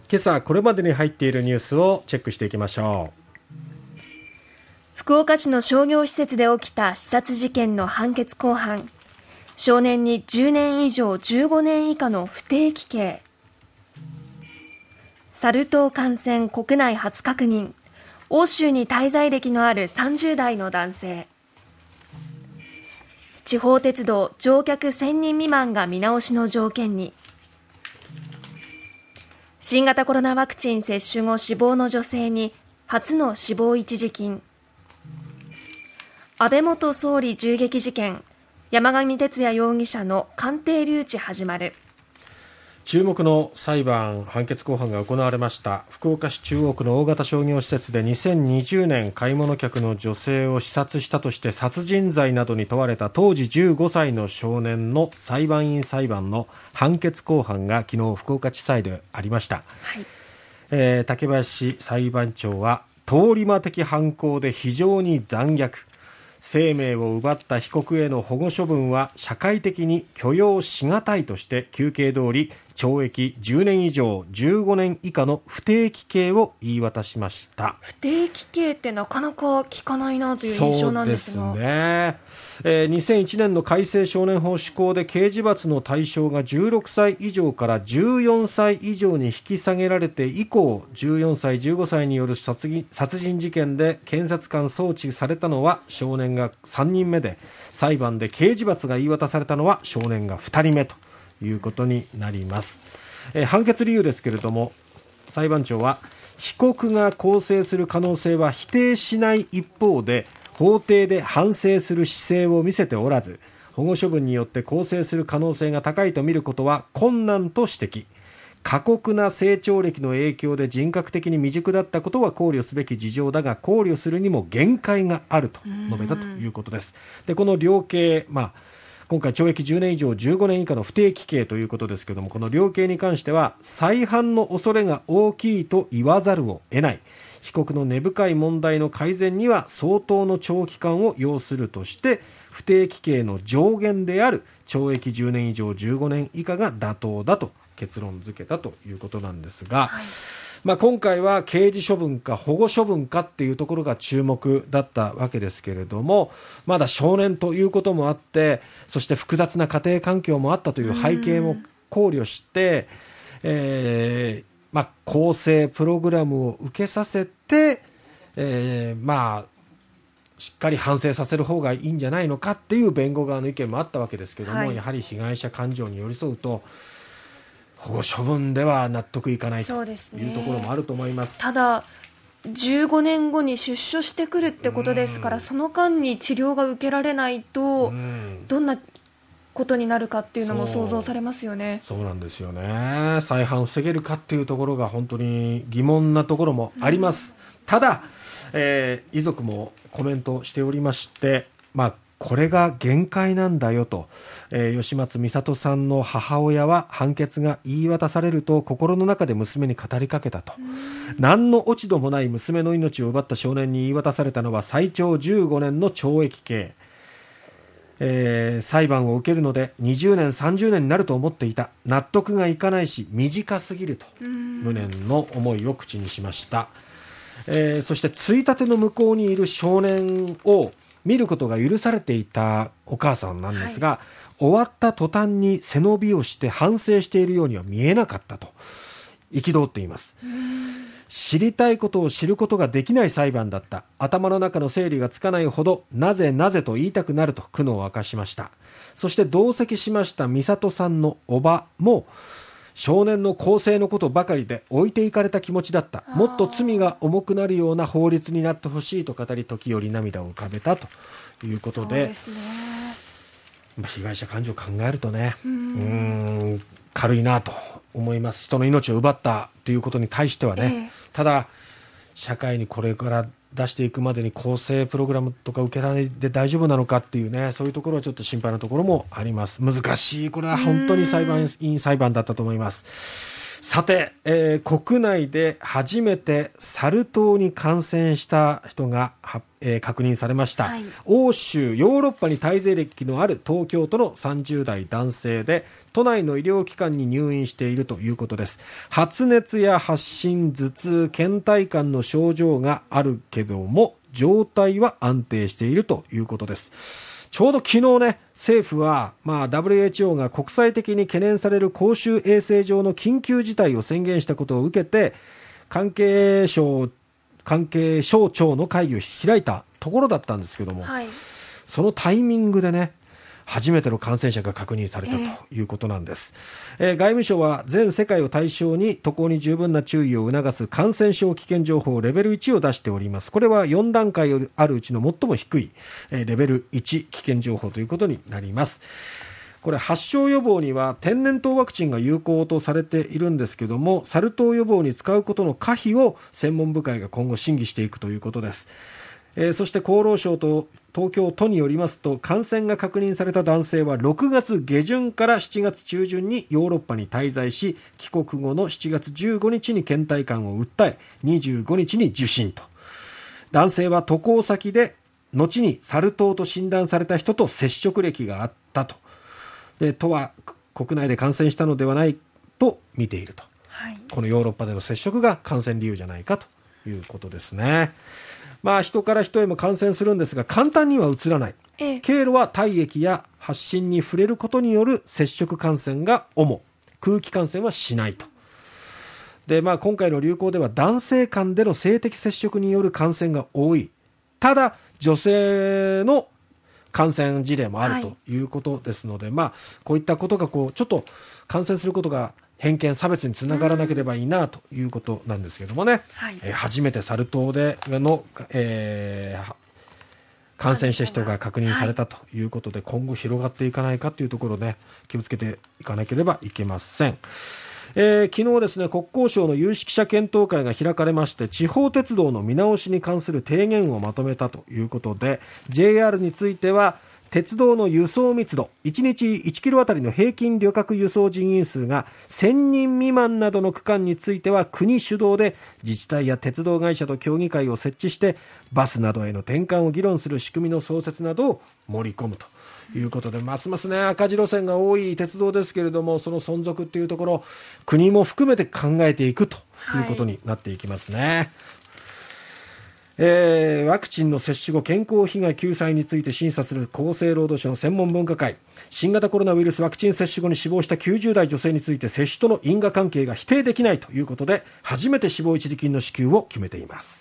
今朝これまでに入っているニュースをチェックしていきましょう。 福岡市の商業施設で起きた刺殺事件の判決公判。少年に10年以上15年以下の不定期刑。サル痘感染国内初確認。欧州に滞在歴のある30代の男性。地方鉄道乗客1000人未満が見直しの条件に。新型コロナワクチン接種後死亡の女性に初の死亡一時金。安倍元総理銃撃事件、山上徹也容疑者の鑑定留置始まる。 注目の裁判判決公判が行われました。福岡市中央区の大型商業施設で2020年買い物客の女性を刺殺したとして殺人罪などに問われた当時15歳の少年の裁判員裁判の判決公判が昨日福岡地裁でありました。竹林裁判長は通り魔的犯行で非常に残虐、生命を奪った被告への保護処分は社会的に許容しがたいとして求刑通り懲役10年以上15年以下の不定期刑を言い渡しました。 不定期刑ってなかなか聞かないなという印象なんですが、 そうですね。2001年の改正少年法施行で刑事罰の対象が16歳以上から14歳以上に引き下げられて以降、14歳15歳による殺人事件で検察官送致されたのは少年が3人目で、裁判で刑事罰が言い渡されたのは少年が2人目ということになります。判決理由ですけれども、裁判長は被告が更生する可能性は否定しない一方で、法廷で反省する姿勢を見せておらず、保護処分によって更生する可能性が高いと見ることは困難と指摘。過酷な成長歴の影響で人格的に未熟だったことは考慮すべき事情だが、考慮するにも限界があると述べたということです。で、この量刑、今回懲役10年以上15年以下の不定期刑ということですけれども、この量刑に関しては再犯の恐れが大きいと言わざるを得ない、被告の根深い問題の改善には相当の長期間を要するとして、不定期刑の上限である懲役10年以上15年以下が妥当だと結論付けたということなんですが、今回は刑事処分か保護処分かっていうところが注目だったわけですけれども、まだ少年ということもあって、そして複雑な家庭環境もあったという背景も考慮して、更生プログラムを受けさせて、しっかり反省させる方がいいんじゃないのかっていう弁護側の意見もあったわけですけれども、やはり被害者感情に寄り添うと保護処分では納得いかないというところもあると思います。 ただ15年後に出所してくるってことですから、その間に治療が受けられないとどんなことになるかっていうのも想像されますよね。 そうなんですよね。再犯を防げるかっていうところが本当に疑問なところもあります。ただ、遺族もコメントしておりまして、これが限界なんだよと、吉松美里さんの母親は判決が言い渡されると心の中で娘に語りかけたと。何の落ち度もない娘の命を奪った少年に言い渡されたのは最長15年の懲役刑、裁判を受けるので20年30年になると思っていた、納得がいかないし短すぎると無念の思いを口にしました。そしてついたての向こうにいる少年を見ることが許されていたお母さんなんですが、終わった途端に背伸びをして反省しているようには見えなかったと憤っています。知りたいことを知ることができない裁判だった、頭の中の整理がつかないほどなぜなぜと言いたくなると苦悩を明かしました。そして同席しました美里さんのおばも、少年の更生のことばかりで置いていかれた気持ちだった、もっと罪が重くなるような法律になってほしいと語り、時折涙を浮かべたということで、被害者感情を考えるとね、軽いなと思います。人の命を奪ったということに対してはね、ただ社会にこれから出していくまでに更生プログラムとか受けられて大丈夫なのかっていうね、そういうところはちょっと心配なところもあります。難しい、これは本当に裁判員裁判だったと思います。 さて、国内で初めてサル痘に感染した人が確認されました、はい、欧州ヨーロッパに滞在歴のある東京都の30代男性で都内の医療機関に入院しているということです。発熱や発疹、頭痛、倦怠感の症状があるけども状態は安定しているということです。ちょうど昨日ね、政府は、WHO が国際的に懸念される公衆衛生上の緊急事態を宣言したことを受けて、関係省庁の会議を開いたところだったんですけども、はい、そのタイミングでね、初めての感染者が確認されたということなんです。外務省は全世界を対象に渡航に十分な注意を促す感染症危険情報レベル1を出しております。これは4段階あるうちの最も低いレベル1危険情報ということになります。これ発症予防には天然痘ワクチンが有効とされているんですけども、サル痘予防に使うことの可否を専門部会が今後審議していくということです。そして厚労省と東京都によりますと、感染が確認された男性は6月下旬から7月中旬にヨーロッパに滞在し、帰国後の7月15日に倦怠感を訴え25日に受診と。男性は渡航先で後にサル痘と診断された人と接触歴があったと。で、都は国内で感染したのではないと見ていると、はい、このヨーロッパでの接触が感染理由じゃないかということですね。人から人へも感染するんですが簡単にはうつらない、経路は体液や発疹に触れることによる接触感染が主、空気感染はしないと。で、今回の流行では男性間での性的接触による感染が多い。ただ女性の感染事例もあるということですので、こういったことがちょっと感染することが偏見差別につながらなければいいなということなんですけどもね、はい、初めてサル痘での、感染した人が確認されたということで、今後広がっていかないかというところで気をつけていかなければいけません。昨日ですね、国交省の有識者検討会が開かれまして、地方鉄道の見直しに関する提言をまとめたということで、 JR については鉄道の輸送密度、1日1キロあたりの平均旅客輸送人員数が1000人未満などの区間については国主導で自治体や鉄道会社と協議会を設置してバスなどへの転換を議論する仕組みの創設などを盛り込むということで、ますますね、赤字路線が多い鉄道ですけれども、その存続っていうところ、国も含めて考えていくということになっていきますね。ワクチンの接種後健康被害救済について審査する厚生労働省の専門分科会、新型コロナウイルスワクチン接種後に死亡した90代女性について接種との因果関係が否定できないということで、初めて死亡一時金の支給を決めています。